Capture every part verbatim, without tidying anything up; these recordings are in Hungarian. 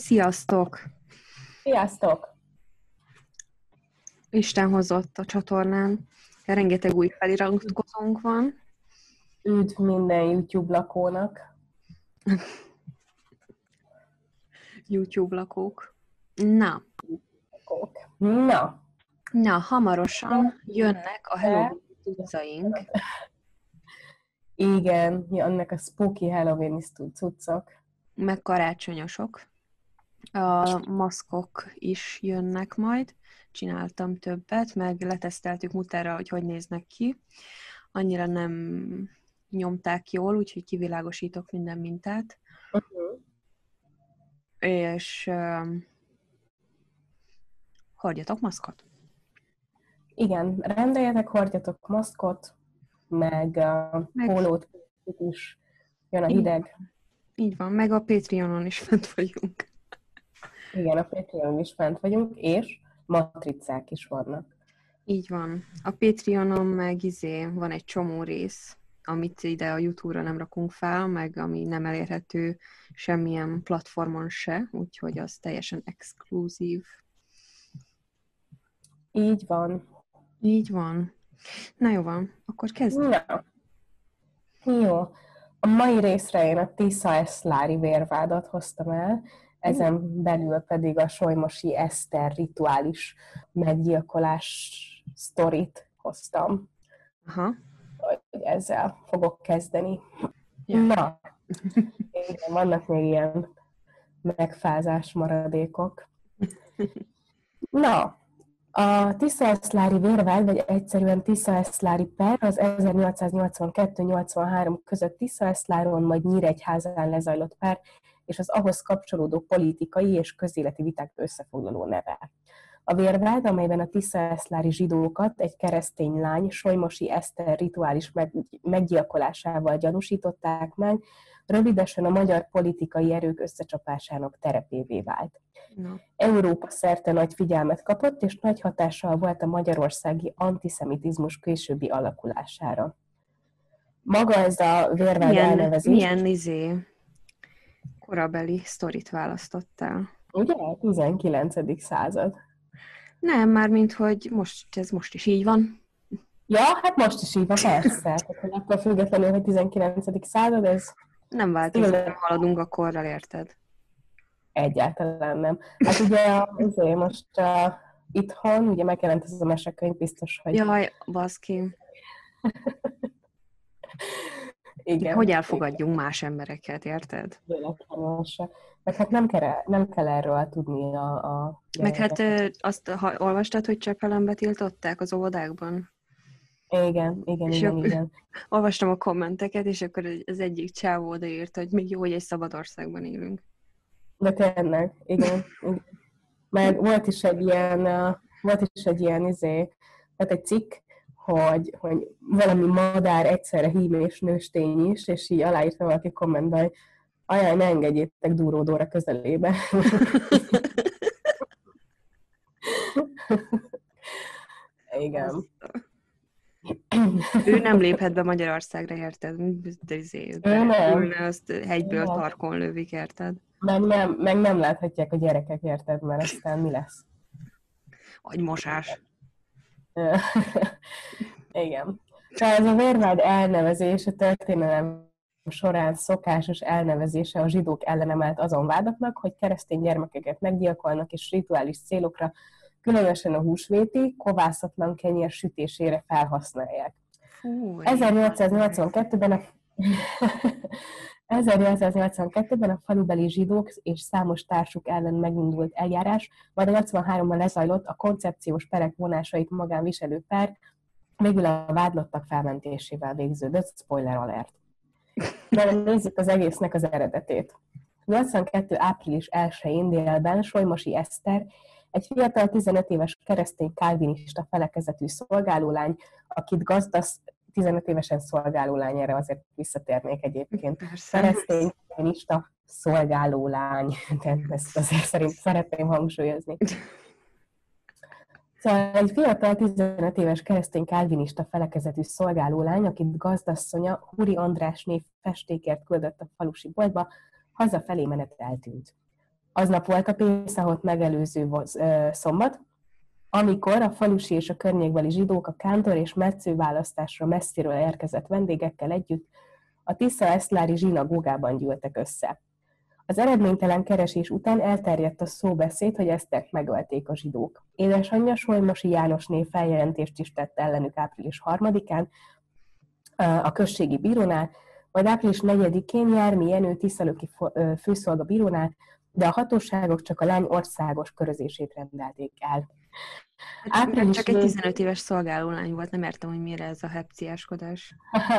Sziasztok! Sziasztok! Isten hozott a csatornán. Rengeteg új feliratkozónk van. Üdv minden YouTube lakónak. YouTube lakók. Na. Na. Na, hamarosan jönnek a Halloween cuccaink. Igen, jönnek a spooky Halloween cuccok. Meg karácsonyosok. A maszkok is jönnek majd. Csináltam többet, meg leteszteltük mutára, hogy hogy néznek ki. Annyira nem nyomták jól, úgyhogy kivilágosítok minden mintát. Uh-huh. És uh, hordjatok maszkot. Igen, rendeljetek, hordjatok maszkot, meg, uh, meg... pólót is. Jön a hideg. Így van, meg a Patreonon is fent vagyunk. Igen, a Patreonon is fent vagyunk, és matricák is vannak. Így van. A Patreonon meg izé van egy csomó rész, amit ide a YouTube-ra nem rakunk fel, meg ami nem elérhető semmilyen platformon se, úgyhogy az teljesen exkluzív. Így van. Így van. Na jó van, akkor kezdjük. Na. Jó. A mai részre én a Tisza Eszlári vérvádat hoztam el, ezen belül pedig a Solymosi Eszter rituális meggyilkolás sztorit hoztam. Aha. Hogy ezzel fogok kezdeni. Ja. Na, igen, vannak még ilyen megfázás maradékok. Na, a Tisza-Eszlári vérvád, vagy egyszerűen Tisza-Eszlári per az ezernyolcszáznyolcvankettő nyolcvanhárom között Tisza-Eszláron, majd Nyíregyházán lezajlott per, és az ahhoz kapcsolódó politikai és közéleti viták összefoglaló neve. A vérvád, amelyben a tisza-eszlári zsidókat egy keresztény lány, Solymosi Eszter rituális meggyilkolásával gyanúsították meg, rövidesen a magyar politikai erők összecsapásának terepévé vált. No. Európa szerte nagy figyelmet kapott, és nagy hatással volt a magyarországi antiszemitizmus későbbi alakulására. Maga ez a vérvád milyen, elnevezés... Milyen izé korabeli sztorit választottál? Ugye? tizenkilencedik század. Nem, mármint, hogy most, ez most is így van. Ja, hát most is így van, persze. Tehát, attól függetlenül, hogy tizenkilencedik század, ez... Nem változik, nem haladunk a korral, érted? Egyáltalán nem. Hát ugye azért most uh, itthon, ugye megjelent ez a mesekönyv, biztos, hogy... Jaj, baszki. Igen. Hogy elfogadjunk igen. más embereket, érted? Véletlenül. Meg hát nem kell, nem kell erről tudni a... a Meg hát azt ha olvastad, hogy Csepelembe tiltották az óvodákban? Igen, igen, és igen, igen. Olvastam a kommenteket, és akkor az egyik csávó odaírta, hogy még jó, hogy egy szabad országban élünk. De tényleg, igen. igen. Meg volt is egy ilyen, volt is egy ilyen izé, tehát egy cikk, hogy, hogy valami madár egyszerre hím és nőstény is, és így aláírta valaki kommentben, hogy ajaj, ne engedjétek Dúró Dóra közelébe. Igen. Ő nem léphet be Magyarországra, érted? Ő nem. Azt hegyből tarkon lövik, érted? Meg nem, meg nem láthatják a gyerekek, érted? Mert aztán mi lesz? Agymosás. Igen. Tehát ez a vérvád elnevezés a történelem során szokásos elnevezése a zsidók ellen emelt azon vádaknak, hogy keresztény gyermekeket meggyilkolnak és rituális célokra, különösen a húsvéti, kovászatlan kenyér sütésére felhasználják. Fú, ezernyolcszáznyolcvankettőben a... ezernyolcszáznyolcvankettőben a falubeli zsidók és számos társuk ellen megindult eljárás, majd a nyolcvanháromban lezajlott a koncepciós perek vonásait magán viselő per, végül a vádlottak felmentésével végződött, spoiler alert. De nézzük az egésznek az eredetét. nyolcvankettő április elsején délben Solymosi Eszter, egy fiatal tizenöt éves keresztény kálvinista felekezetű szolgálólány, akit gazdasz, tizenöt évesen szolgálólány, erre azért visszatérnék egyébként. Keresztény kálvinista szolgálólány, de ezt azért szerint szeretném hangsúlyozni. Szóval egy fiatal tizenöt éves keresztény kálvinista felekezetű szolgálólány, akit gazdasszonya Huri András név festékért küldött a falusi boltba, hazafelé menet eltűnt. Aznap volt a Pészahot megelőző szombat, amikor a falusi és a környékbeli zsidók a kántor és metsző választásra messziről érkezett vendégekkel együtt a Tisza-Eszlári zsinagógában gyűltek össze. Az eredménytelen keresés után elterjedt a szóbeszéd, hogy Esztert megölték a zsidók. Édesanyja Solymosi Jánosné feljelentést is tett ellenük április harmadikán a községi bírónál, majd április negyedikén Jármi Jenő tiszalöki főszolgabírónál, de a hatóságok csak a lány országos körözését rendelték el. Hát, április csak egy tizenöt éves szolgálólány volt, nem értem, hogy mire ez a hepciáskodás.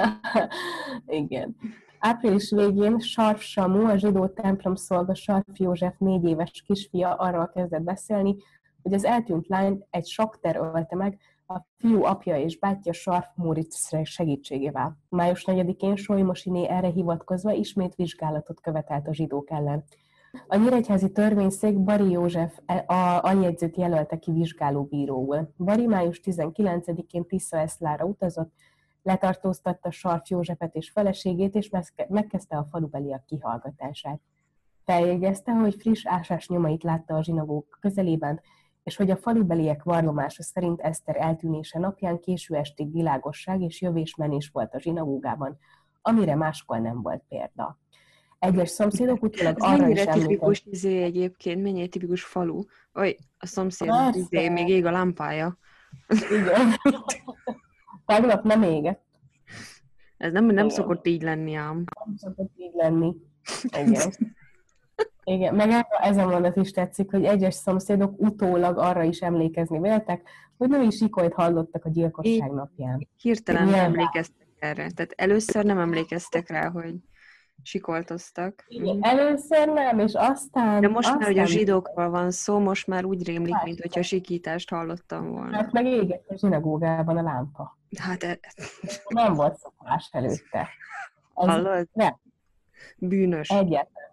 Igen. Április végén Sarf Samu, a zsidó templom szolga Sarf József négy éves kisfia arról kezdett beszélni, hogy az eltűnt lányt egy sakter ölte meg a fiú apja és bátyja Sarf Móricz segítségével. május negyedikén Solymosiné erre hivatkozva ismét vizsgálatot követelt a zsidók ellen. A nyíregyházi törvényszék Bari József a aljegyzőt jelölte ki vizsgálóbíróul. Bari május tizenkilencedikén Tisza-Eszlára utazott, letartóztatta Sarf Józsefet és feleségét, és megkezdte a falubeliek kihallgatását. Feljegyezte, hogy friss ásás nyomait látta a zsinagóg közelében, és hogy a falubeliek vallomása szerint Eszter eltűnése napján késő estig világosság és jövés-menés volt a zsinagógában, amire máskor nem volt példa. Egyes szomszédok utólag arra is emlékeztek. Mennyire tipikus izé egyébként, mennyire tipikus falu. Oly, a szomszéd izé, még ég a lámpája. Igen. Tegnap nem égett. Ez nem, nem szokott így lenni ám. Nem szokott így lenni. Igen. Igen. Meg ez a mondat is tetszik, hogy egyes szomszédok utólag arra is emlékezni véltek, hogy nem is sikolyt hallottak a gyilkosság napján. Hirtelen nem emlékeztek erre. Tehát először nem emlékeztek rá, hogy sikoltoztak. Igen, először nem, és aztán... De most aztán már, hogy a zsidókról van szó, most már úgy rémlik, hát, mint hogyha sikítást hallottam volna. Hát meg égett a zsinagógában a lámpa. Hát e... nem volt szokás előtte. Ez hallod? Nem. Bűnös. Egyértelmű.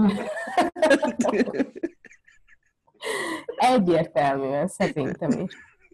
Egyértelműen, szerintem is.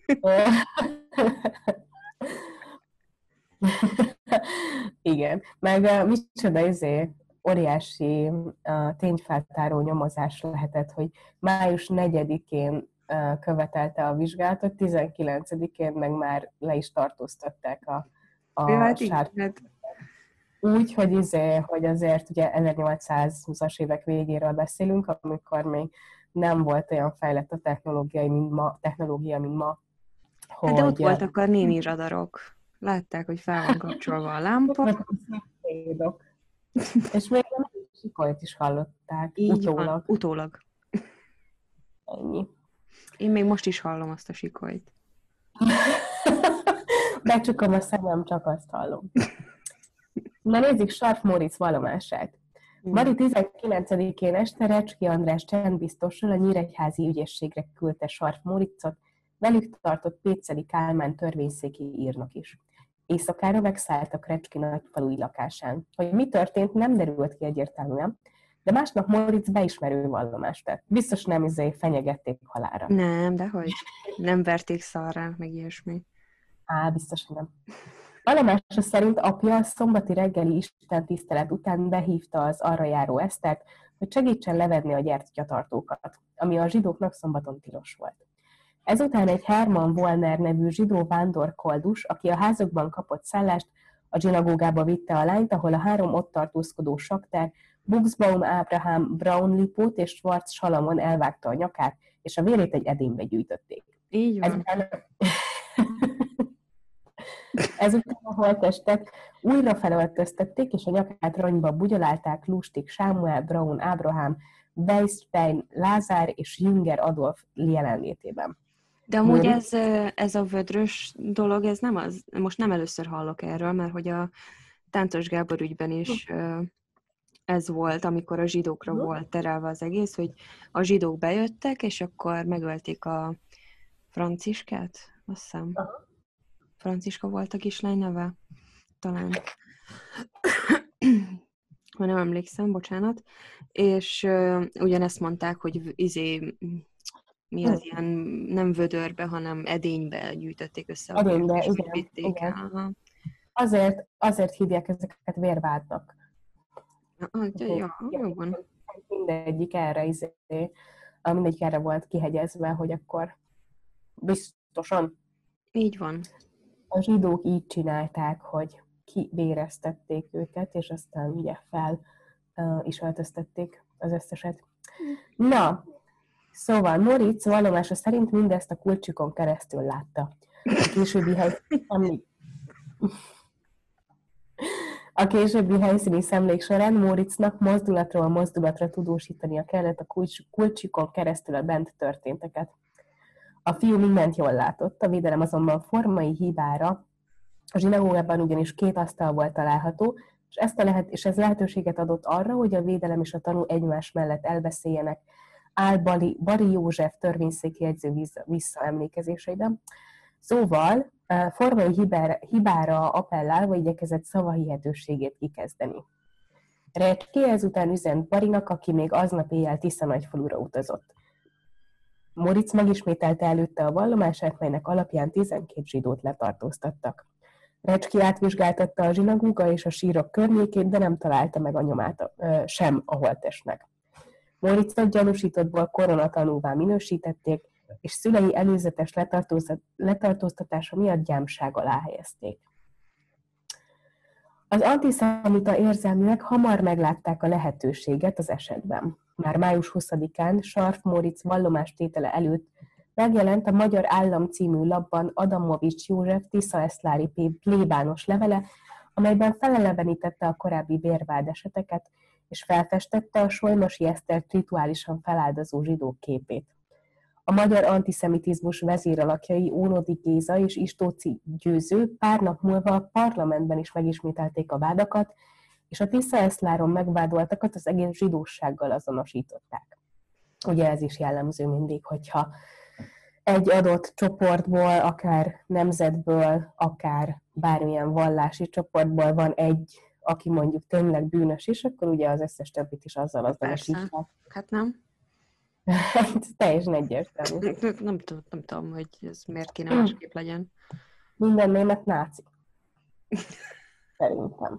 Igen, meg uh, micsoda izé, óriási uh, tényfeltáró nyomozás lehetett, hogy május negyedikén uh, követelte a vizsgálatot, tizenkilencedikén meg már le is tartóztatták a, a hát sárt. Úgy, hogy, izé, hogy azért ugye ezernyolcszázhúszas évek végéről beszélünk, amikor még nem volt olyan fejlett a technológia, mint ma, technológia, mint ma. Hogy... Hát de ott voltak a néni radarok. Látták, hogy fel van kapcsolva a lámpa. És még a sikolyt is hallották. Így utólag. Van, utólag. Ennyi. Én még most is hallom azt a sikolyt. Becsukom a szemem, csak azt hallom. Na nézzük Sarf Móricz vallomását. Mari tizenkilencedikén este Recski András csendbiztossal a nyíregyházi ügyészségre küldte Sarf Móriczot, velük tartott Péceli Kálmán törvényszéki írnok is. Éjszakára megszálltak Recski nagyfalui lakásán. Hogy mi történt, nem derült ki egyértelműen, de másnap Móricz beismerő vallomást tett. Biztos nem izé fenyegették halálra. Nem, dehogy. Nem verték szarrá, meg ilyesmi. Á, biztos nem. Vallomása szerint apja a szombati reggeli istentisztelet után behívta az arra járó Esztert, hogy segítsen levedni a gyertyatartókat, ami a zsidóknak szombaton tilos volt. Ezután egy Hermann Wollner nevű zsidó vándorkoldus, aki a házakban kapott szállást, a zsinagógába vitte a lányt, ahol a három ott tartózkodó sakter, Buxbaum Ábrahám, Braunlipót és Schwarz Salamon elvágta a nyakát, és a vérét egy edénybe gyűjtötték. Így van. Ezután... Ezután a holttestet újra felöltöztették, és a nyakát rongyba bugyolálták Lustig Sámuel, Braun Ábrahám, Weisstein Lázár és Jünger Adolf jelenlétében. De amúgy ez, ez a vödrös dolog, ez nem az, most nem először hallok erről, mert hogy a Tántos Gábor ügyben is ez volt, amikor a zsidókra volt terelve az egész, hogy a zsidók bejöttek, és akkor megölték a Franciskát, azt hiszem. Aha. Franciska volt a kislány neve? Talán. Ha nem emlékszem, bocsánat. És uh, ugyanezt mondták, hogy izé, mi az ilyen, nem vödörbe, hanem edénybe gyűjtötték össze. Edénybe, igen. igen. Azért, azért hívják ezeket vérvádnak. Ja, ja, jó van. mindegyik erre, izé, mindegyik erre volt kihegyezve, hogy akkor biztosan Így van. a zsidók így csinálták, hogy kivéreztették őket, és aztán ugye fel uh, is öltöztették az összeset. Na, szóval Moritz vallomása szerint mindezt a kulcsikon keresztül látta. A későbbi helyszíni, a későbbi helyszíni szemlék során Moritznak mozdulatról mozdulatra tudósítania kellett a kulcs, kulcsikon keresztül a bent történteket. A fiú mindent jól látott, a védelem azonban formai hibára, a zsinagógában ugyanis két asztal volt található, és, ezt a lehet, és ez lehetőséget adott arra, hogy a védelem és a tanú egymás mellett elbeszéljenek Ál Bari, Bari József törvényszéki jegyző visszaemlékezéseiben. Szóval formai hibára, hibára appellálva igyekezett szavahihetőségét kikezdeni. Recske ezután üzent Barinak, aki még aznap éjjel Tisza-Nagyfalura utazott. Moritz megismételte előtte a vallomását, melynek alapján tizenkét zsidót letartóztattak. Recske átvizsgáltatta a zsinagóga és a sírok környékét, de nem találta meg a nyomát sem a holttestnek. Moritzot gyanúsítottból koronatanúvá minősítették, és szülei előzetes letartóztatása miatt gyámság alá helyezték. Az antiszemita érzelműek hamar meglátták a lehetőséget az esetben. Már május huszadikán Sarf Moritz vallomástétele előtt megjelent a Magyar Állam című lapban Adamovics József tiszaeszlári plébános levele, amelyben felelevenítette a korábbi bérvád eseteket, és felfestette a Solymosi Esztert rituálisan feláldozó zsidók képét. A magyar antiszemitizmus vezéralakjai Ónodi Géza és Istóczy Győző pár nap múlva a parlamentben is megismételték a vádakat, és a Tiszaeszláron megvádoltakat az egész zsidósággal azonosították. Ugye ez is jellemző mindig, hogyha egy adott csoportból, akár nemzetből, akár bármilyen vallási csoportból van egy, aki mondjuk tényleg bűnös is, akkor ugye az összes többit is azzal azonosítják. Hát nem. Teljesen egyértelmű. Nem, nem, nem tudom, hogy ez miért kéne másképp legyen. Minden német náci. Szerintem.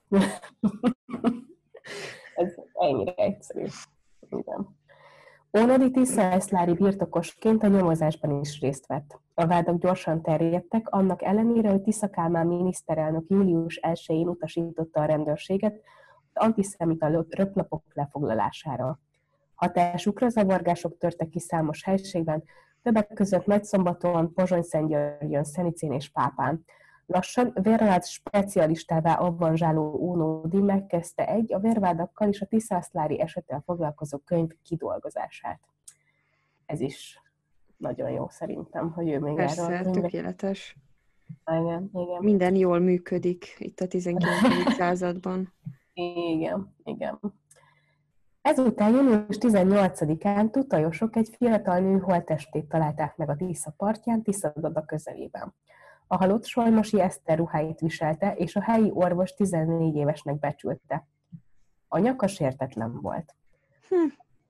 Ez ennyire egyszerű. Igen. Ónodi tiszaeszlári birtokosként a nyomozásban is részt vett. A vádak gyorsan terjedtek, annak ellenére, hogy Tisza Kálmán miniszterelnök július elsején utasította a rendőrséget az antiszemita röplapok lefoglalására. Hatásukra zavargások törtek ki számos helységben, többek között Nagyszombaton, Pozsony-Szentgyörgyön, Szenicén és Pápán. Lassan vérvád specialistává avanzsáló Ónodi megkezdte egy a vérvádakkal és a tiszaeszlári esettel foglalkozó könyv kidolgozását. Ez is nagyon jó szerintem, hogy ő még Persze, erről... Persze, tökéletes. Igen, igen. Minden jól működik itt a tizenkilencedik században. Igen, igen. Ezután június tizennyolcadikán tutajosok egy fiatal nő holttestét találták meg a Tisza partján, Tisza-Dada közelében. A halott Solymosi Eszter ruháit viselte, és a helyi orvos tizennégy évesnek becsülte. A nyaka sértetlen volt. Hm.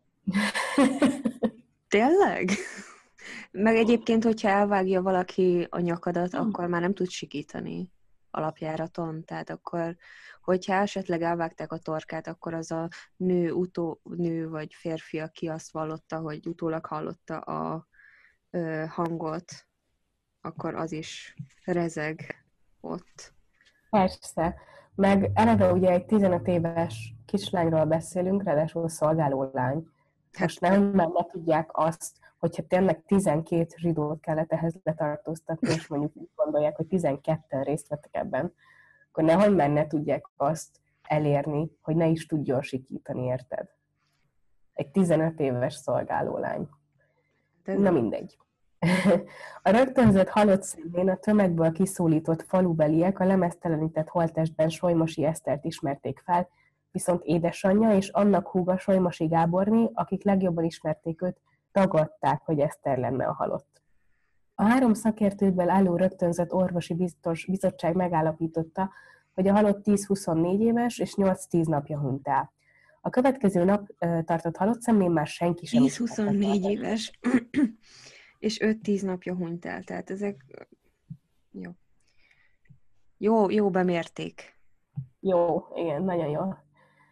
Tényleg? Meg egyébként, hogyha elvágja valaki a nyakadat, hm. akkor már nem tud sikítani alapjáraton. Tehát akkor, hogyha esetleg elvágták a torkát, akkor az a nő, utó, nő vagy férfi, aki azt vallotta, hogy utólag hallotta a ö, hangot, akkor az is rezeg ott. Persze. Meg eleve ugye egy tizenöt éves kislányról beszélünk, ráadásul szolgáló lány. Most nem, mert ne tudják azt, hogyha tényleg tizenkét zsidót kellett ehhez letartóztatni, és mondjuk úgy gondolják, hogy tizenketten részt vettek ebben, akkor nehogy már ne tudják azt elérni, hogy ne is tudjon sikítani, érted? Egy tizenöt éves szolgáló lány. Na mindegy. A rögtönzött halott szemén a tömegből kiszólított falubeliek a lemeztelenített holttestben Solymosi Esztert ismerték fel, viszont édesanyja és annak húga Solymosi Gáborné, akik legjobban ismerték őt, tagadták, hogy Eszter lenne a halott. A három szakértőkből álló rögtönzött orvosi biztos, bizottság megállapította, hogy a halott tíz-huszonnégy éves és nyolc-tíz napja hunyt el. A következő nap uh, tartott halott szemén már senki sem... tíz-huszonnégy éves és öt-tíz napja hunyt el, tehát ezek jó. Jó, jó bemérték. Jó, igen, nagyon jó.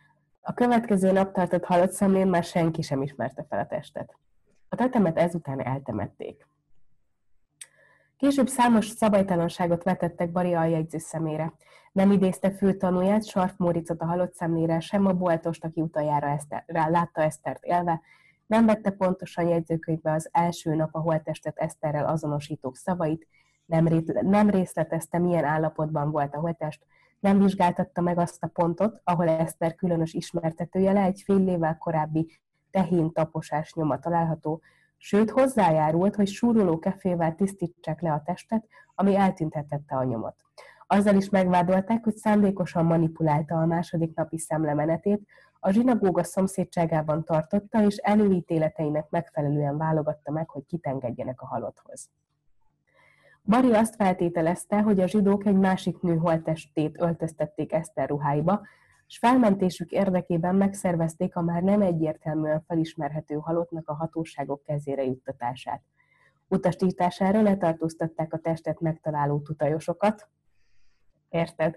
A következő nap tartott halott szemlén már senki sem ismerte fel a testet. A tetemet ezután eltemették. Később számos szabálytalanságot vetettek Bari aljegyző szemére. Nem idézte fő tanúját, Sarf Móricot a halott szemlére, sem a boltost, aki utoljára Eszter, rá látta Esztert élve, nem vette pontosan jegyzőkönyvbe az első nap a holttestet Eszterrel azonosítók szavait, nem, ré, nem részletezte, milyen állapotban volt a holttest, nem vizsgáltatta meg azt a pontot, ahol Eszter különös ismertetőjele egy fél évvel korábbi tehén taposás nyoma található, sőt hozzájárult, hogy súroló kefével tisztítsák le a testet, ami eltüntetette a nyomot. Azzal is megvádolták, hogy szándékosan manipulálta a második napi szemlemenetét, a zsinagóga szomszédságában tartotta, és előítéleteinek megfelelően válogatta meg, hogy kit engedjenek a halotthoz. Bari azt feltételezte, hogy a zsidók egy másik nő holttestét öltöztették Eszter ruháiba, és felmentésük érdekében megszervezték a már nem egyértelműen felismerhető halottnak a hatóságok kezére juttatását. Utasítására letartóztatták a testet megtaláló tutajosokat. Érted?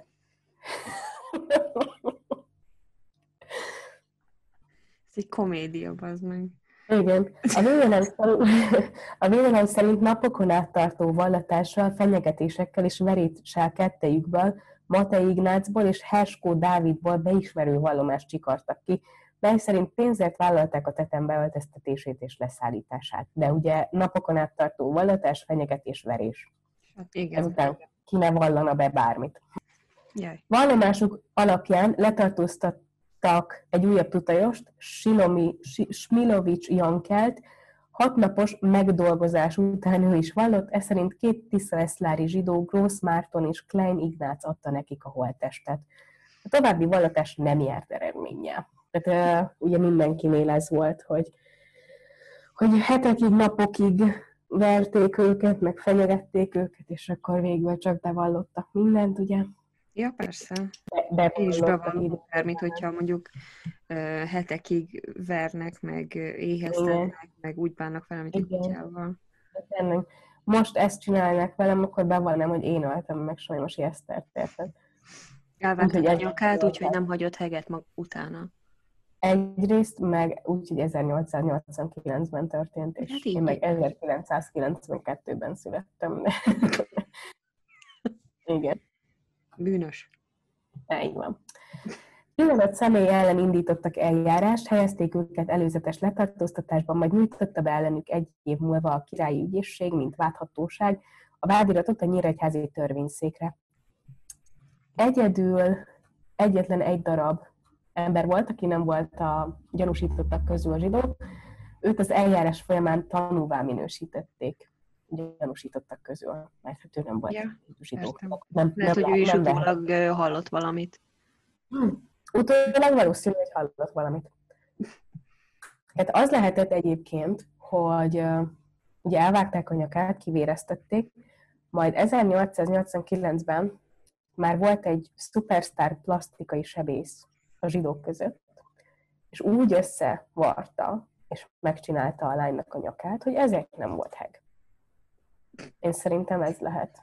Ez egy komédia, bazd meg. Igen. A vélelem szerint, a vélelem szerint napokon át tartó vallatással, fenyegetésekkel és veréssel kettejükből, Matei Ignácból és Herskó Dávidból beismerő vallomást csikartak ki, mely szerint pénzért vállalták a tetem beöltöztetését és leszállítását. De ugye napokon át tartó vallatás, fenyegetés, verés. Hát igen. Ezután ki ne vallana be bármit. Jaj. Vallomásuk alapján letartóztattak egy újabb tutajost, Silomi, Smilovics Jankelt, hatnapos megdolgozás után ő is vallott, ez szerint két tiszaeszlári zsidó, Gross Márton és Klein Ignác adta nekik a holttestet. A további vallatás nem járt eredménnyel. Tehát uh, ugye mindenkinél ez volt, hogy, hogy hetekig, napokig verték őket, meg fenyegették őket, és akkor végül csak bevallottak mindent, ugye? Ja, persze. Be, Én is bevallom bármit, hogyha mondjuk uh, hetekig vernek, meg éheztetnek, meg úgy bánnak vele, mint egy kutyával. Most ezt csinálják velem, akkor bevallom, hogy én öltem meg sajnos Esztert, érted? Elvágtad a nyakát, úgyhogy nem hagyott heget mag utána. Egyrészt, meg úgy, hogy ezernyolcszáznyolcvankilencben történt, és hát én meg ezerkilencszázkilencvenkettőben születtem. De... Igen. Bűnös. De így van. kilencven személy ellen indítottak eljárást, helyezték őket előzetes letartóztatásban, majd nyújtotta be ellenük egy év múlva a királyi ügyészség, mint vádhatóság, a vádiratot a nyíregyházi törvényszékre. Egyedül egyetlen egy darab ember volt, aki nem volt a gyanúsítottak közül a zsidó, őt az eljárás folyamán tanúvá minősítették gyanúsítottak közül, mert ő nem volt ja, zsidó. Nem, Lehet, nem, hogy ő is utólag hallott valamit. Hmm. Utólag valószínű, hogy hallott valamit. Hát az lehetett egyébként, hogy uh, ugye elvágták a nyakát, kivéreztették, majd ezernyolcszáznyolcvankilencben már volt egy szupersztár plastikai sebész a zsidók között, és úgy összevarta, és megcsinálta a lánynak a nyakát, hogy ezért nem volt heg. Én szerintem ez lehet.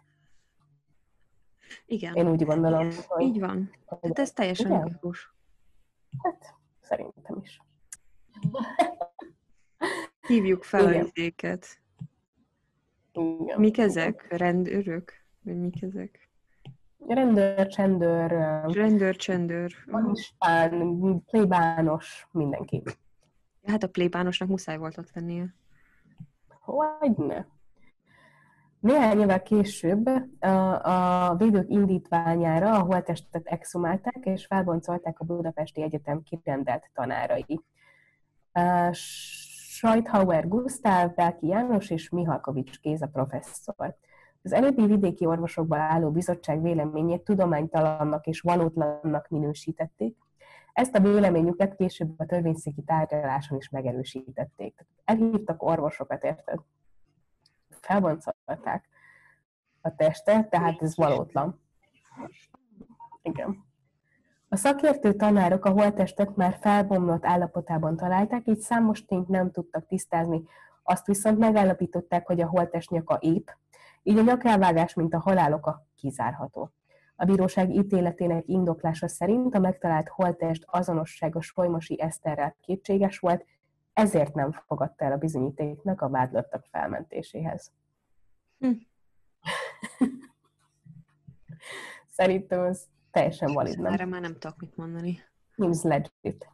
Igen. Én úgy gondolom, Igen. hogy... Így van. Hát ez teljesen logikus. Hát, szerintem is. Hívjuk fel a izéket. Igen. Mik ezek? Rendőrök? Vagy mik ezek? Rendőr, csendőr, Rendőr, csendőr. Ispán, plébános, mindenki. Hát a plébánosnak muszáj volt ott lennie. Hogyne. Néhány évvel később a, a védők indítványára a holttestet exhumálták, és felboncolták a Budapesti Egyetem kirendelt tanárai. Scheithauer Gusztáv, Belki János és Mihalkovics Géza professzor. Az előbbi vidéki orvosokból álló bizottság véleményét tudománytalannak és valótlannak minősítették. Ezt a véleményüket később a törvényszéki tárgyaláson is megerősítették. Elhívtak orvosokat, érted? Felboncolták a testet, tehát ez valótlan. Igen. A szakértő tanárok a holttestet már felbomlott állapotában találták, így számos tényt nem tudtak tisztázni, azt viszont megállapították, hogy a holttest nyaka épp, így a nyakelvágás, mint a halál oka kizárható. A bíróság ítéletének indoklása szerint a megtalált holttest azonossága Solymosi Eszterrel kétséges volt, ezért nem fogadta el a bizonyítéknak a vádlottak felmentéséhez. Hm. Szerintem ez teljesen valid, nem? Erre már nem tudok mit mondani. Seems legit.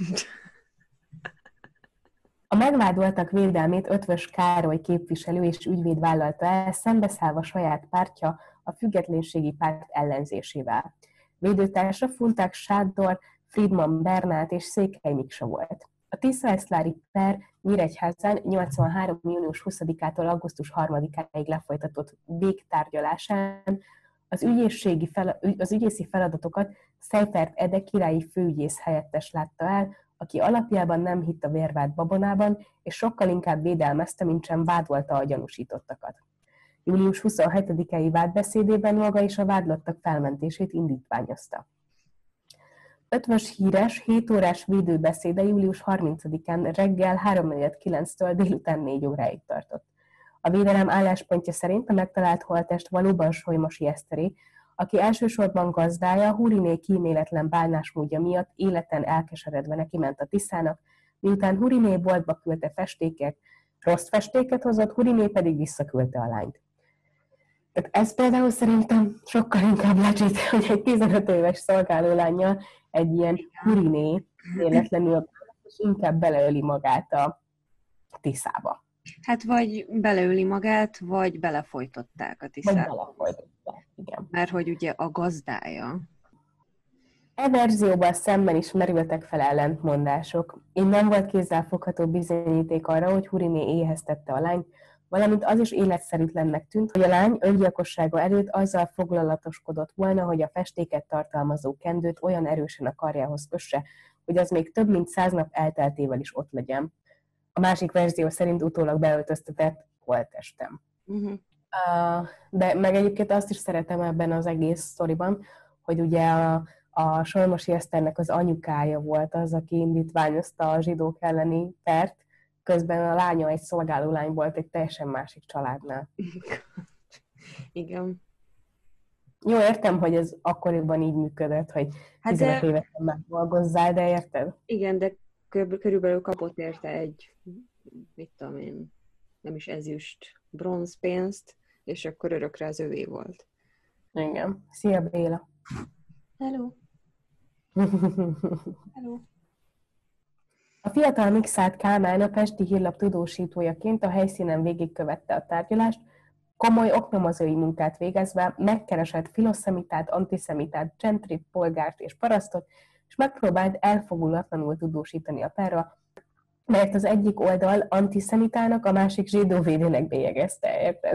A megvádoltak védelmét Ötvös Károly képviselő és ügyvéd vállalta el, szembeszállva saját pártja, a Függetlenségi Párt ellenzésével. Védőtársa Funták Sándor, Friedman Bernát és Székely Miksa volt. A tiszaeszlári per Nyíregyházán nyolcvanhárom. június huszadikától augusztus harmadikáig lefolytatott végtárgyalásán az, ügyészségi fel, az ügyészi feladatokat Seifert Ede királyi főügyész helyettes látta el, aki alapjában nem hitt a vérvád babonában, és sokkal inkább védelmezte, mint sem vádolta a gyanúsítottakat. július huszonhetedikei vádbeszédében maga is a vádlottak felmentését indítványozta. Ötvös híres, hét órás védőbeszéde július harmincadikán reggel háromnegyed kilenctől délután négy óráig tartott. A védelem álláspontja szerint a megtalált holttest valóban Solymosi Eszteré, aki elsősorban gazdája Huriné kíméletlen bánásmódja miatt életen elkeseredve neki ment a Tiszának, miután Huriné boltba küldte festéket, rossz festéket hozott, Huriné pedig visszaküldte a lányt. Tehát ez például szerintem sokkal inkább legit, hogy egy tizenöt éves szolgálólánnyal egy ilyen Huriné véletlenül és inkább beleöli magát a Tiszába. Hát vagy beleöli magát, vagy belefolytották a Tiszát. Vagy belefolytották, igen. Mert hogy ugye a gazdája. E verzióban szemben is merültek fel ellentmondások. Így nem volt kézzelfogható bizonyíték arra, hogy Huriné éheztette a lányt, valamint az is életszerűtlennek tűnt, hogy a lány öngyilkossága előtt azzal foglalatoskodott volna, hogy a festéket tartalmazó kendőt olyan erősen a karjához kösse, hogy az még több mint száz nap elteltével is ott legyen. A másik verzió szerint utólag beöltöztetett holttestem. Uh-huh. Uh, de meg egyébként azt is szeretem ebben az egész sztoriban, hogy ugye a, a Solymosi Eszternek az anyukája volt az, aki indítványozta a zsidók elleni pert, közben a lánya egy szolgálólány volt egy teljesen másik családnál. Igen. Jó, értem, hogy ez akkoriban így működött, hogy hát tizenöt de... évesen megdolgozzál, de érted? Igen, de körülbelül kapott érte egy, mit tudom én, nem is ezüst, bronzpénzt, és akkor örökre az övé volt. Igen. Szia, Béla! Hello! Hello! A fiatal Mikszáth Kálmán a Pesti Hírlap tudósítójaként a helyszínen végigkövette a tárgyalást, komoly oknyomozói munkát végezve megkeresett filoszemitát, antiszemitát, gentrit, polgárt és parasztot, és megpróbált elfogulatlanul tudósítani a perra, mert az egyik oldal antiszemitának, a másik zsidóvédőnek bélyegezte, érted?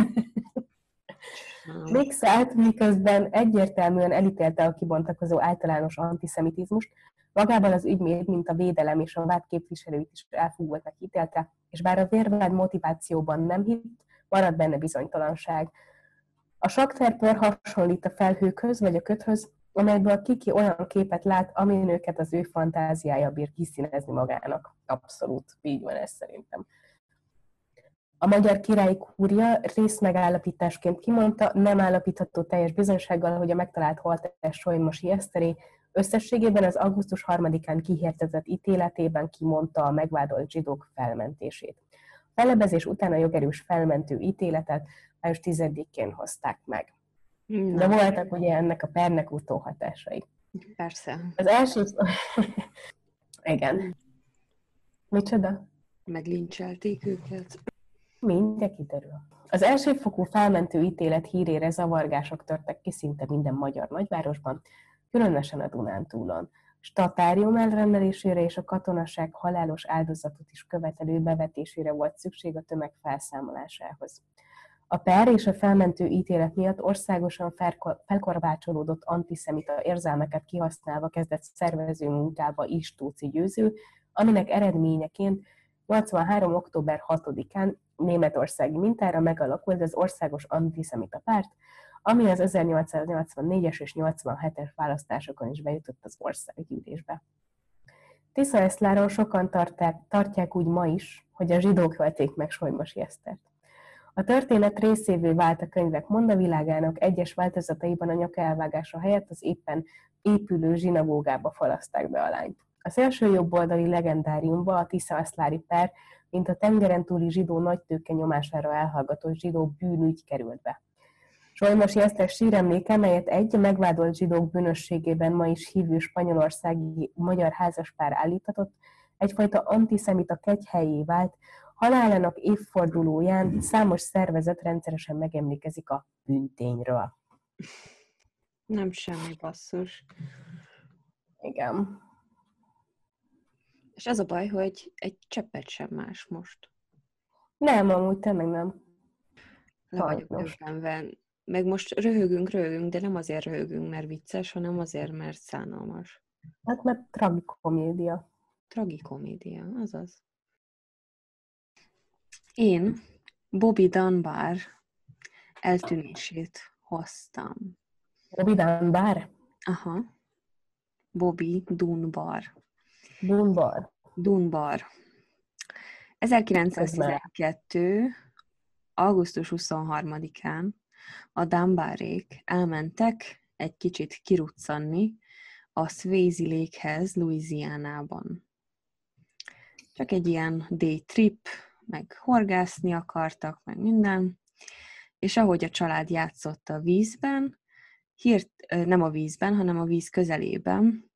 Mikszáth miközben egyértelműen elítélte a kibontakozó általános antiszemitizmust, magában az ügyméd, mint a védelem és a vád képviselőit is elfogultnak ítélte, és bár a vérvád motivációban nem hitt, maradt benne bizonytalanság. A Saktár-per hasonlít a felhőkhöz vagy a köthöz, amelyből Kiki olyan képet lát, amin őket az ő fantáziája bír kiszínezni magának. Abszolút, így van ez szerintem. A magyar királyi kúria részmegállapításként kimondta, nem állapítható teljes bizonysággal, hogy a megtalált holttest Solymosi Eszteré összességében az augusztus harmadikán kihirdetett ítéletében kimondta a megvádolt zsidók felmentését. A fellebezés után a jogerős felmentő ítéletet május tizedikén hozták meg. Na. De voltak ugye ennek a pernek utóhatásai. Persze. Az első... Igen. Micsoda? Meglincselték őket. Mindjárt kiderül. Az elsőfokú felmentő ítélet hírére zavargások törtek ki szinte minden magyar nagyvárosban, különösen a Dunántúlon. Statárium elrendelésére és a katonaság halálos áldozatot is követelő bevetésére volt szükség a tömeg felszámolásához. A per és a felmentő ítélet miatt országosan felkorbácsolódott antiszemita érzelmeket kihasználva kezdett szervező munkába Istóczy Győző, aminek eredményeként nyolcvanhárom. október hatodikán németországi mintára megalakult az Országos Antiszemita Párt, ami az ezernyolcszáznyolcvannégyes és nyolcvanhetes választásokon is bejutott az országgyűlésbe. Tiszaeszláron sokan tartják, tartják úgy ma is, hogy a zsidók ölték meg Solymosi Esztert. A történet részévé vált a könyvek mondavilágának, egyes változataiban a nyaka elvágása helyett az éppen épülő zsinagógába falaszták be a lányt. A szélső jobboldali legendáriumba a Tisza-Aszlári per, mint a tengeren túli zsidó nagytőke nyomására elhallgatott zsidó bűnügy került be. Solymosi Eszter síremléke, melyet egy megvádolt zsidók bűnösségében ma is hívő spanyolországi magyar házaspár állítatott, egyfajta antiszemita kegyhelyé vált, halálának évfordulóján számos szervezet rendszeresen megemlékezik a bűntényről. Nem semmi basszus. Igen. És az a baj, hogy egy cseppet sem más most. Nem, amúgy tényleg nem. Le vagyok döbbenve. Meg most röhögünk, röhögünk, de nem azért röhögünk, mert vicces, hanem azért, mert szánalmas. Hát mert tragikomédia. Tragikomédia, azaz. Én Bobby Dunbar eltűnését hoztam. Bobby Dunbar? Aha. Bobby Dunbar. Dunbar. Dunbar. ezerkilencszáztizenkettő. augusztus huszonharmadikán a Dunbarék elmentek egy kicsit kiruccanni a Swayze Lakehez, Louisianában. Csak egy ilyen day trip, meg horgászni akartak, meg minden. És ahogy a család játszott a vízben, hírt, nem a vízben, hanem a víz közelében,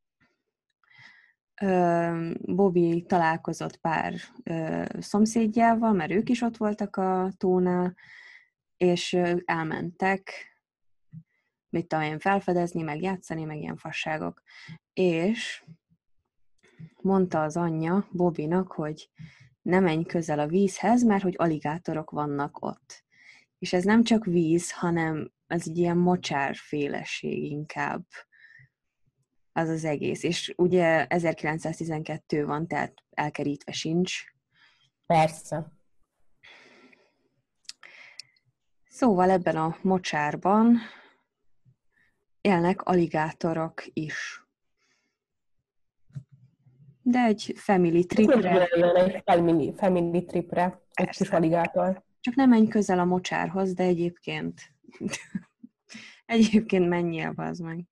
Bobby találkozott pár szomszédjával, mert ők is ott voltak a tónál, és elmentek, mit tudom én, felfedezni, meg játszani, meg ilyen fasságok. És mondta az anyja Bobbynak, hogy ne menj közel a vízhez, mert hogy aligátorok vannak ott. És ez nem csak víz, hanem az egy ilyen mocsárféleség inkább. Az az egész. És ugye ezerkilencszáztizenkettő van, tehát elkerítve sincs. Persze. Szóval ebben a mocsárban élnek aligátorok is. De egy family tripre. Egy family, family tripre. Egy kis aligátor. Csak nem menj közel a mocsárhoz, de egyébként egyébként menjél, bazd meg.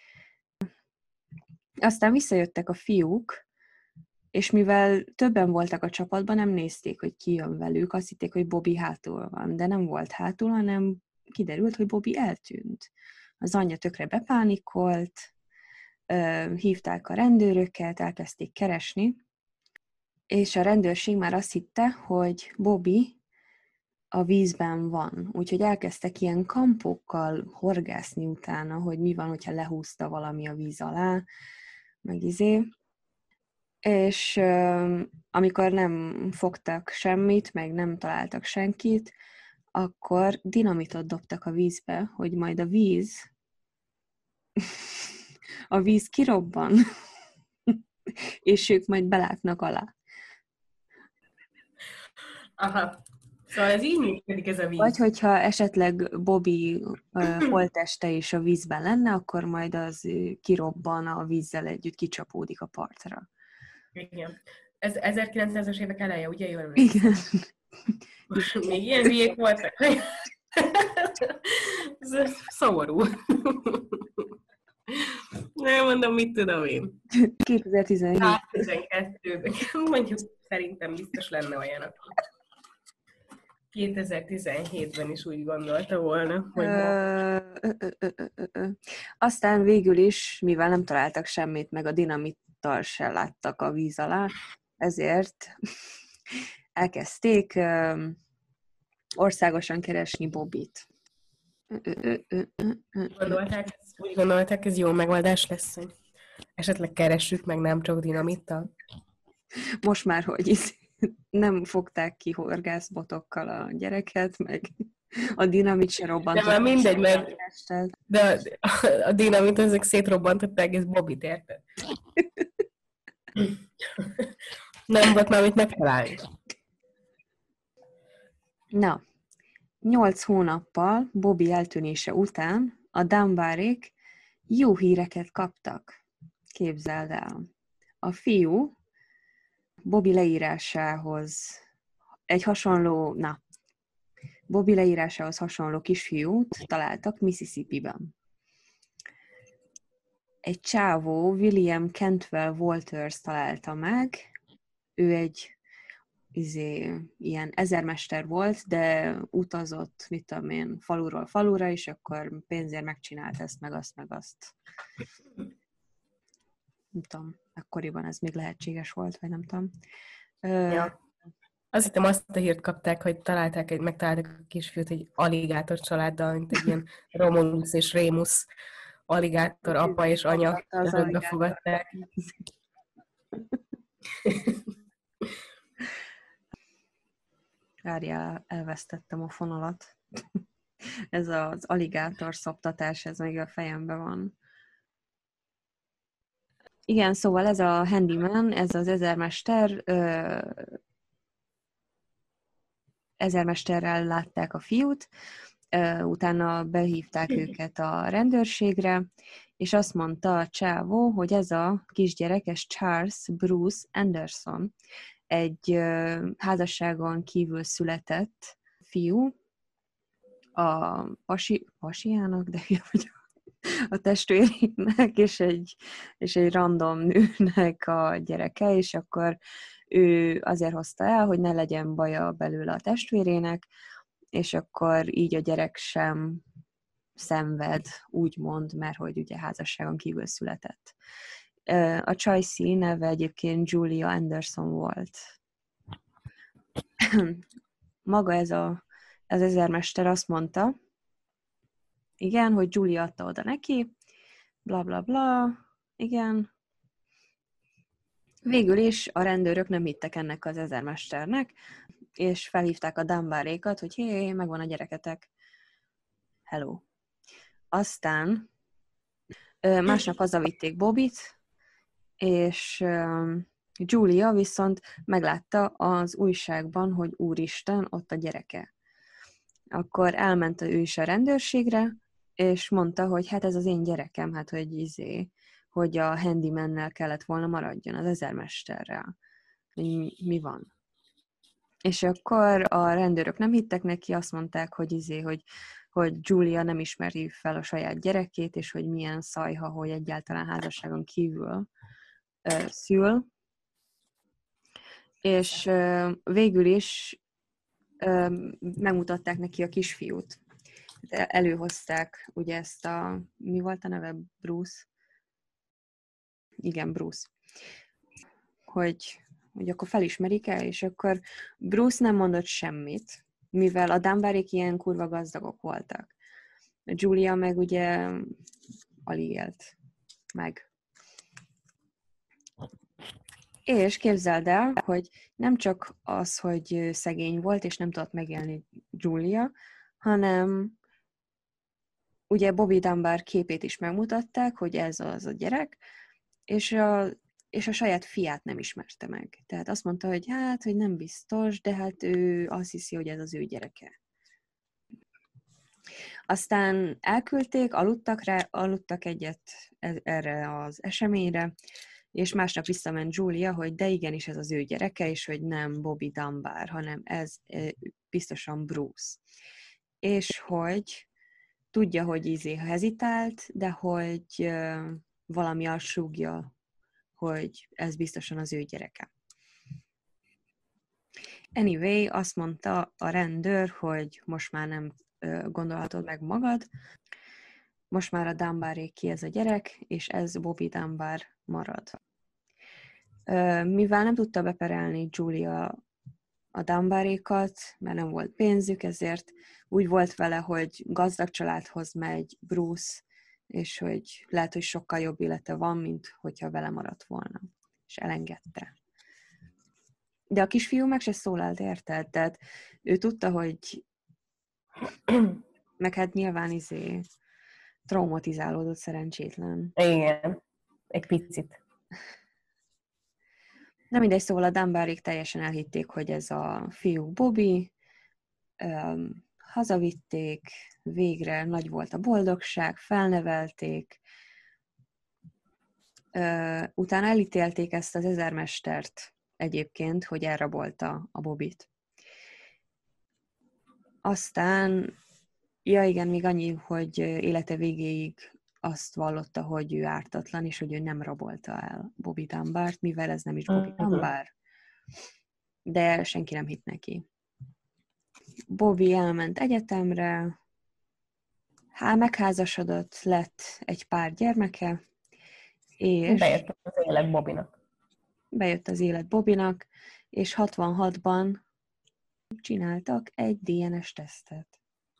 Aztán visszajöttek a fiúk, és mivel többen voltak a csapatban, nem nézték, hogy ki jön velük, azt hitték, hogy Bobby hátul van, de nem volt hátul, hanem kiderült, hogy Bobby eltűnt. Az anyja tökre bepánikolt, hívták a rendőröket, elkezdték keresni, és a rendőrség már azt hitte, hogy Bobby a vízben van. Úgyhogy elkezdtek ilyen kampókkal horgászni utána, hogy mi van, hogyha lehúzta valami a víz alá, meg izé. És euh, amikor nem fogtak semmit, meg nem találtak senkit, akkor dinamitot dobtak a vízbe, hogy majd a víz a víz kirobban, és ők majd belátnak alá. Aha. Szóval ez így működik, ez a víz. Vagy hogyha esetleg Bobby uh, holtteste is a vízben lenne, akkor majd az kirobban a vízzel együtt kicsapódik a partra. Igen. Ez ezerkilencszázas évek eleje, ugye jól Igen. Még ilyen hülyék voltak. Ez szomorú. Nem mondom, mit tudom én. kétezer-tizenhét. kétezer-tizenkettőben. Mondjuk szerintem biztos lenne olyan, kétezer-tizenhétben is úgy gondolta volna, hogy ö, ö, ö, ö, ö, ö. Aztán végül is, mivel nem találtak semmit, meg a dinamittal se láttak a víz alá, ezért elkezdték ö, országosan keresni Bobbyt. Ö, ö, ö, ö, ö. Gondolták, úgy gondolták, ez jó megoldás lesz, hogy esetleg keressük meg nem csak dinamittal. Most már, hogy is nem fogták ki horgászbotokkal a gyereket, meg a dinamit se robbantották. De már mindegy, mert de a, a dinamit ezek szétrobbantott egész Bobbyt, érted? Nem volt már mit megtalálni. Na, nyolc hónappal Bobby eltűnése után a Dunbarék jó híreket kaptak. Képzeld el. A fiú Bobby leírásához egy hasonló, na, Bobby leírásához hasonló kisfiút találtak Mississippiben. Egy csávó, William Cantwell Walters találta meg. Ő egy izé, ilyen ezermester volt, de utazott, mit tudom én, faluról falura, és akkor pénzért megcsinált ezt, meg azt, meg azt. Nem tudom, akkoriban ez még lehetséges volt, vagy nem tudom. Ja. Azt hittem, azt a hírt kapták, hogy találták egy, megtalálták a kisfiút egy aligátor családdal, mint egy ilyen Romulus és Rémus aligátor apa és anya, örökbe fogadták. Várjál, elvesztettem a fonalat. Ez az aligátor szoptatás, ez még a fejemben van. Igen, szóval ez a handyman, ez az ezermester, ö, ezermesterrel látták a fiút, ö, utána behívták őket a rendőrségre, és azt mondta a csávó, hogy ez a kisgyerek, ez Charles Bruce Anderson, egy ö, házasságon kívül született fiú, a pasi, pasiának, de vagy a testvérének, és egy, és egy random nőnek a gyereke, és akkor ő azért hozta el, hogy ne legyen baja belőle a testvérének, és akkor így a gyerek sem szenved, úgymond, mert hogy ugye házasságon kívül született. A csajszi neve egyébként Julia Anderson volt. Maga ez a, az ezermester azt mondta, igen, hogy Julia adta oda neki, bla bla bla, igen. Végül is a rendőrök nem hittek ennek az ezermesternek, és felhívták a Dunbarékat, hogy hé, megvan a gyereketek. Hello. Aztán másnap hazavitték Bobbyt, és Julia viszont meglátta az újságban, hogy úristen, ott a gyereke. Akkor elment ő is a rendőrségre, és mondta, hogy hát ez az én gyerekem, hát hogy izé, hogy a handymannel kellett volna maradjon, az ezermesterrel. Mi, mi van? És akkor a rendőrök nem hittek neki, azt mondták, hogy izé, hogy, hogy Julia nem ismeri fel a saját gyerekét, és hogy milyen szajha, hogy egyáltalán házasságon kívül ö, szül. És ö, végül is ö, megmutatták neki a kisfiút. Előhozták ugye ezt a, mi volt a neve? Bruce? Igen, Bruce. Hogy, hogy akkor felismerik-e, és akkor Bruce nem mondott semmit, mivel a Dunbarék ilyen kurva gazdagok voltak. Julia meg ugye alig élt meg. És képzeld el, hogy nem csak az, hogy szegény volt, és nem tudott megélni Julia, hanem ugye Bobby Dunbar képét is megmutatták, hogy ez az a gyerek, és a, és a saját fiát nem ismerte meg. Tehát azt mondta, hogy hát, hogy nem biztos, de hát ő azt hiszi, hogy ez az ő gyereke. Aztán elküldték, aludtak rá, aludtak egyet erre az eseményre, és másnap visszament Julia, hogy de igenis ez az ő gyereke, és hogy nem Bobby Dunbar, hanem ez biztosan Bruce. És hogy tudja, hogy izé hezitált, de hogy valami azt súgja, hogy ez biztosan az ő gyereke. Anyway, azt mondta a rendőr, hogy most már nem gondolhatod meg magad, most már a Dunbarék ki ez a gyerek, és ez Bobby Dunbar marad. Mivel nem tudta beperelni Julia a Dunbarékat, mert nem volt pénzük, ezért úgy volt vele, hogy gazdag családhoz megy Bruce, és hogy lehet, hogy sokkal jobb élete van, mint hogyha vele maradt volna. És elengedte. De a kisfiú meg se szólalt, érted? Tehát ő tudta, hogy meg hát nyilván izé traumatizálódott szerencsétlen. Igen, egy picit. Na mindegy, szóval a Dunbarék teljesen elhitték, hogy ez a fiú Bobby, um, hazavitték, végre nagy volt a boldogság, felnevelték, uh, utána elítélték ezt az ezermestert egyébként, hogy elrabolta a Bobbyt. aztán, ja igen, még annyi, hogy élete végéig azt vallotta, hogy ő ártatlan, és hogy ő nem rabolta el Bobby Dunbart, mivel ez nem is Bobby Uh-huh. Dunbar, de senki nem hitt neki. Bobby elment egyetemre, há, megházasodott, lett egy pár gyermeke, és Bejött az élet Bobbynak. bejött az élet Bobbynak, és hatvanhatban csináltak egy dé en es-tesztet.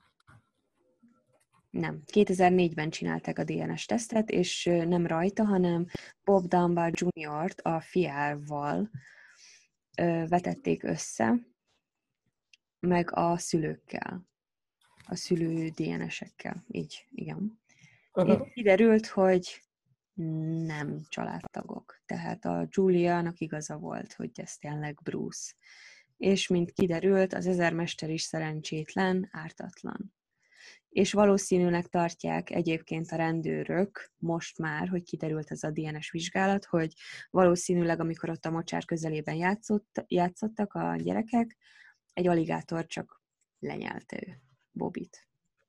Nem, kétezer-négyben csinálták a dé en es-tesztet, és nem rajta, hanem Bob Dunbar juniort a fiával ö, vetették össze, meg a szülőkkel, a szülő dé en es-ekkel, így, igen. Uh-huh. És kiderült, hogy nem családtagok. Tehát a Juliának igaza volt, hogy ez tényleg Bruce. És mint kiderült, az ezermester is szerencsétlen, ártatlan. És valószínűleg tartják egyébként a rendőrök, most már, hogy kiderült ez a dé en es vizsgálat, hogy valószínűleg, amikor ott a mocsár közelében játszott, játszottak a gyerekek, egy aligátor csak lenyelte ő, Bobbyt.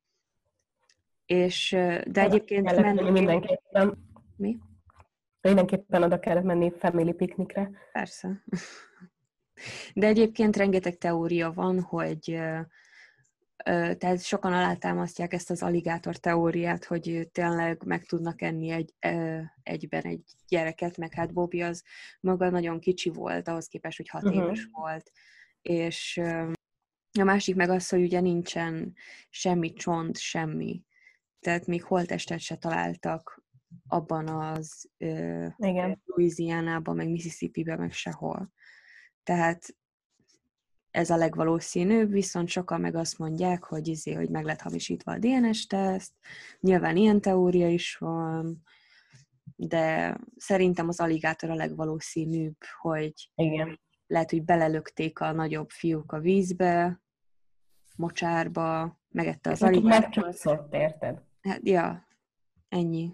És, de egyébként kellett menni menni... mindenképpen. Mi? Mindenképpen oda kellett menni family piknikre. Persze. De egyébként rengeteg teória van, hogy tehát sokan alátámasztják ezt az aligátor teóriát, hogy tényleg meg tudnak enni egy, egyben egy gyereket, meg hát Bobby az maga nagyon kicsi volt, ahhoz képest, hogy hat uh-huh. éves volt. És a másik meg az, hogy ugye nincsen semmi csont, semmi. Tehát még holttestet se találtak abban az Igen. Louisianában, meg Mississippiben, meg sehol. Tehát ez a legvalószínűbb, viszont sokan meg azt mondják, hogy, izé, hogy meg lett hamisítva a dé en es-teszt, nyilván ilyen teória is van, de szerintem az aligátor a legvalószínűbb, hogy igen. lehet, hogy belelökték a nagyobb fiúk a vízbe, mocsárba, megette az aligátor. Megcsúszott, érted? Hát, ja, ennyi.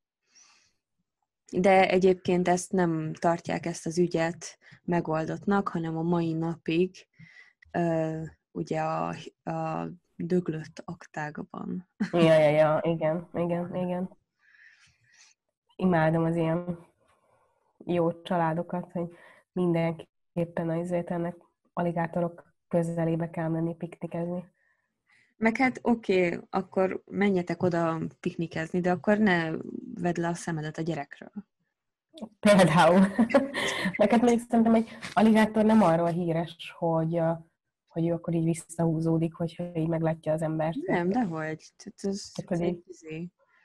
De egyébként ezt nem tartják ezt az ügyet megoldottnak, hanem a mai napig uh, ugye a, a döglött aktákban. Ja, ja, ja, igen, igen, igen. Imádom az ilyen jó családokat, hogy mindenképpen azért ennek aligátorok közelébe kell menni piknikezni. Meg hát oké, okay, akkor menjetek oda piknikezni, de akkor ne vedd le a szemedet a gyerekről. Például. Meg hát mondjuk szerintem egy aligátor nem arról híres, hogy, hogy ő akkor így visszahúzódik, hogyha így meglátja az embert. Nem, dehogy. Ez, ez egy izé.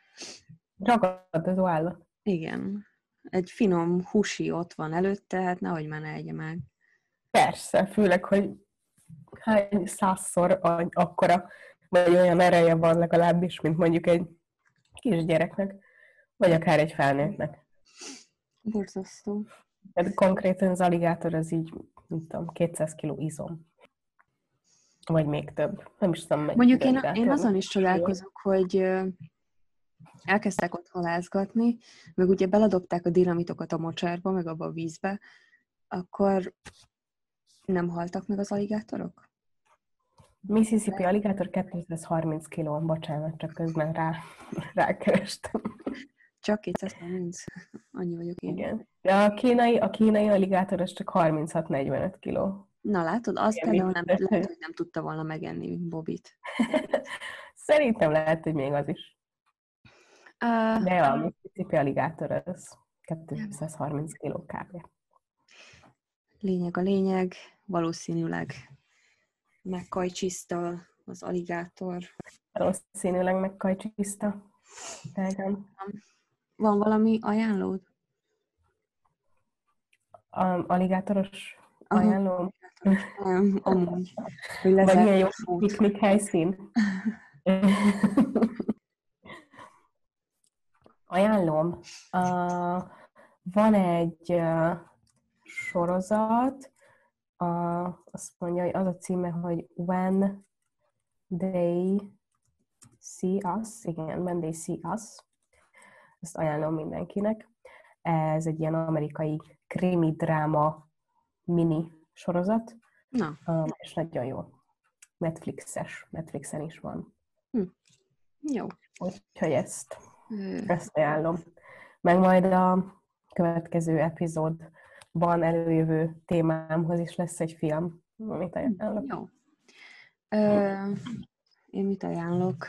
Ragadozó állat. Igen. Egy finom húsi ott van előtte, hát nehogy már ne egye meg. Persze, főleg, hogy hány százszor akkora, vagy olyan ereje van legalábbis, mint mondjuk egy kisgyereknek, vagy akár egy felnőttnek. Borzasztó. Tehát konkrétan az aligátor az így, nem tudom, kétszáz kiló izom. Vagy még több. Nem is tudom, mennyi. Mondjuk én, én azon is csodálkozok, hogy elkezdtek ott halászgatni, meg ugye beledobták a dinamitokat a mocsárba, meg abba a vízbe, akkor nem haltak meg az aligátorok? Mississippi aligátor kétszázharminc kiló, bocsánat, csak közben rá, rákerestem. Csak kétszázharminc? Annyi vagyok én. Igen. De a kínai, a kínai aligátor az csak harminchat negyvenöt kiló. Na látod, az Igen, például nem, lehet, hogy nem tudta volna megenni Bobbyt. Szerintem lehet, hogy még az is. Uh, De a Mississippi aligátor az kétszázharminc kiló kb. Lényeg a lényeg, valószínűleg megkajcsiszta az aligátor. Valószínűleg megkajcsiszta. Igen. Van valami ajánlód? A aligátoros ajánló? Nem, amúgy. Vagy milyen jó piknik helyszín? Ajánlom. Uh, van egy uh, sorozat, uh, azt mondja, hogy az a címe, hogy When They See Us. Igen, When They See Us. Ezt ajánlom mindenkinek. Ez egy ilyen amerikai krimi dráma mini sorozat. Na. Um, és nagyon jó. Netflixes, Netflixen is van. Hm. Jó. Úgyhogy ezt, Ö, ezt ajánlom. Meg majd a következő epizódban előjövő témámhoz is lesz egy film, amit ajánlok. Jó. Ö, én mit ajánlok?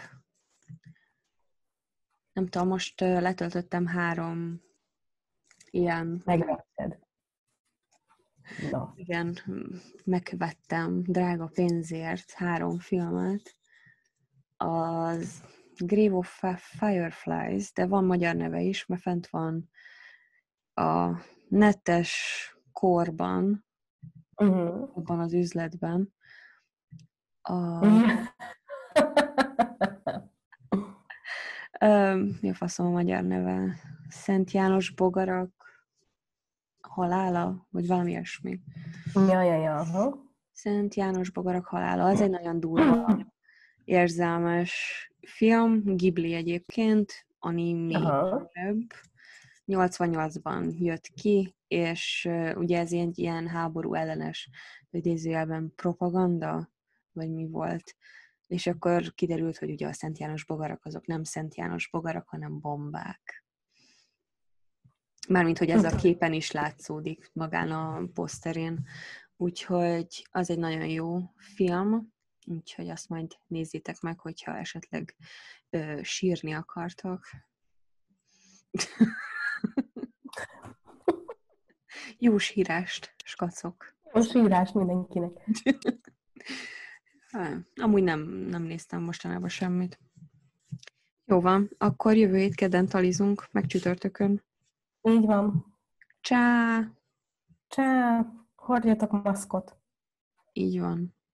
Nem tudom, most ö, letöltöttem három ilyen... Megvetted. Na. Igen, megvettem drága pénzért három filmet. Az Grave of Fireflies, de van magyar neve is, mert fent van a netes korban, Uh-huh. abban az üzletben. A, ö, mi a faszom a magyar neve? Szent János bogarak halála, vagy valami ilyesmi. Ja, ja, ja. Aha. Szent János bogarak halála, az egy nagyon durva, érzelmes film, Ghibli egyébként, anime. nyolcvannyolcban jött ki, és uh, ugye ez egy ilyen háború ellenes, idézőjelben propaganda, vagy mi volt. És akkor kiderült, hogy ugye a Szent János bogarak azok nem Szent János bogarak, hanem bombák. Mármint, hogy ez a képen is látszódik magán a poszterén. Úgyhogy az egy nagyon jó film, úgyhogy azt majd nézzétek meg, hogyha esetleg ö, sírni akartok. Jó sírást, skacok. Jó sírás mindenkinek. Amúgy nem, nem néztem mostanában semmit. Jó van, akkor jövő hét kedden talizunk, meg csütörtökön. Így van. Csá! Csá! Hordjatok maszkot. Így van.